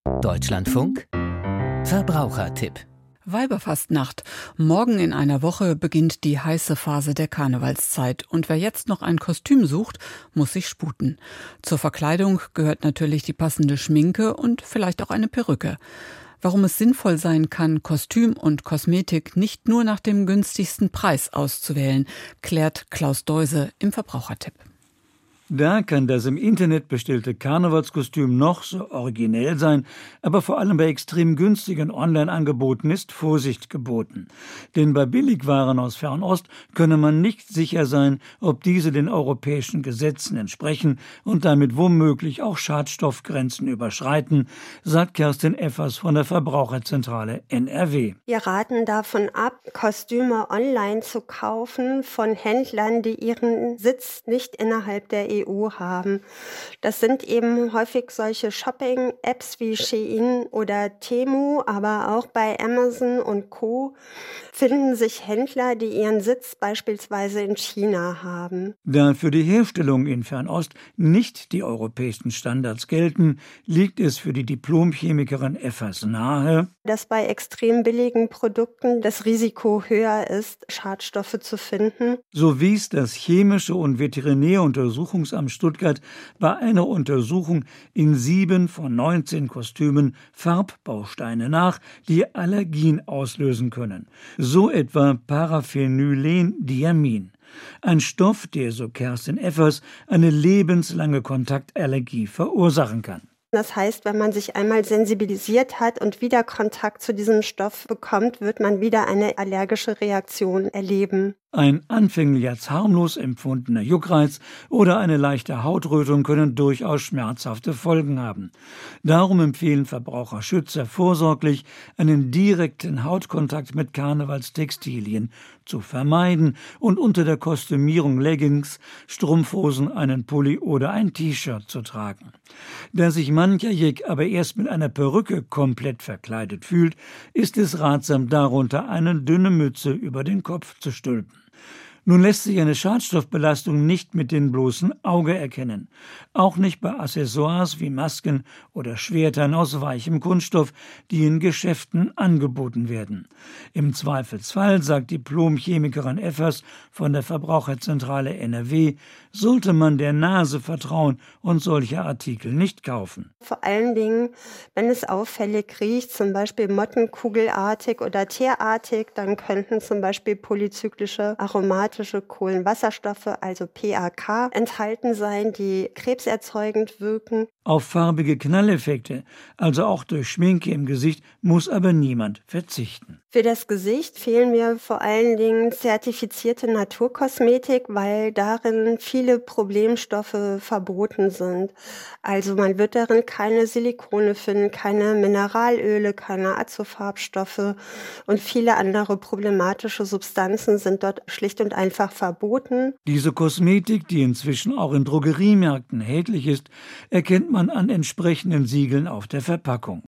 Deutschlandfunk Verbrauchertipp. Weiberfastnacht. Morgen in einer Woche beginnt die heiße Phase der Karnevalszeit. Und wer jetzt noch ein Kostüm sucht, muss sich sputen. Zur Verkleidung gehört natürlich die passende Schminke und vielleicht auch eine Perücke. Warum es sinnvoll sein kann, Kostüm und Kosmetik nicht nur nach dem günstigsten Preis auszuwählen, klärt Klaus Deuse im Verbrauchertipp. Da kann das im Internet bestellte Karnevalskostüm noch so originell sein, aber vor allem bei extrem günstigen Online-Angeboten ist Vorsicht geboten. Denn bei Billigwaren aus Fernost könne man nicht sicher sein, ob diese den europäischen Gesetzen entsprechen und damit womöglich auch Schadstoffgrenzen überschreiten, sagt Kerstin Effers von der Verbraucherzentrale NRW. Wir raten davon ab, Kostüme online zu kaufen von Händlern, die ihren Sitz nicht innerhalb der EU haben. Das sind eben häufig solche Shopping-Apps wie Shein oder Temu, aber auch bei Amazon und Co. finden sich Händler, die ihren Sitz beispielsweise in China haben. Da für die Herstellung in Fernost nicht die europäischen Standards gelten, liegt es für die Diplomchemikerin Effers nahe, dass bei extrem billigen Produkten das Risiko höher ist, Schadstoffe zu finden. So wies das Chemische und Veterinäruntersuchungsamt Stuttgart bei einer Untersuchung in 7 von 19 Kostümen Farbbausteine nach, die Allergien auslösen können. So etwa Paraphenyldiamin. Ein Stoff, der, so Kerstin Effers, eine lebenslange Kontaktallergie verursachen kann. Das heißt, wenn man sich einmal sensibilisiert hat und wieder Kontakt zu diesem Stoff bekommt, wird man wieder eine allergische Reaktion erleben. Ein anfänglich als harmlos empfundener Juckreiz oder eine leichte Hautrötung können durchaus schmerzhafte Folgen haben. Darum empfehlen Verbraucherschützer vorsorglich, einen direkten Hautkontakt mit Karnevalstextilien zu vermeiden und unter der Kostümierung Leggings, Strumpfhosen, einen Pulli oder ein T-Shirt zu tragen. Da sich mancher Jeck aber erst mit einer Perücke komplett verkleidet fühlt, ist es ratsam, darunter eine dünne Mütze über den Kopf zu stülpen. Nun lässt sich eine Schadstoffbelastung nicht mit dem bloßen Auge erkennen. Auch nicht bei Accessoires wie Masken oder Schwertern aus weichem Kunststoff, die in Geschäften angeboten werden. Im Zweifelsfall, sagt Diplomchemikerin Effers von der Verbraucherzentrale NRW, sollte man der Nase vertrauen und solche Artikel nicht kaufen. Vor allen Dingen, wenn es auffällig riecht, zum Beispiel mottenkugelartig oder teerartig, dann könnten zum Beispiel polyzyklische aromatische Kohlenwasserstoffe, also PAK, enthalten sein, die krebserzeugend wirken. Auf farbige Knalleffekte, also auch durch Schminke im Gesicht, muss aber niemand verzichten. Für das Gesicht fehlen mir vor allen Dingen zertifizierte Naturkosmetik, weil darin viele Problemstoffe verboten sind. Also man wird darin keine Silikone finden, keine Mineralöle, keine Azofarbstoffe und viele andere problematische Substanzen sind dort schlicht und einfach verboten. Diese Kosmetik, die inzwischen auch in Drogeriemärkten erhältlich ist, erkennt man an entsprechenden Siegeln auf der Verpackung.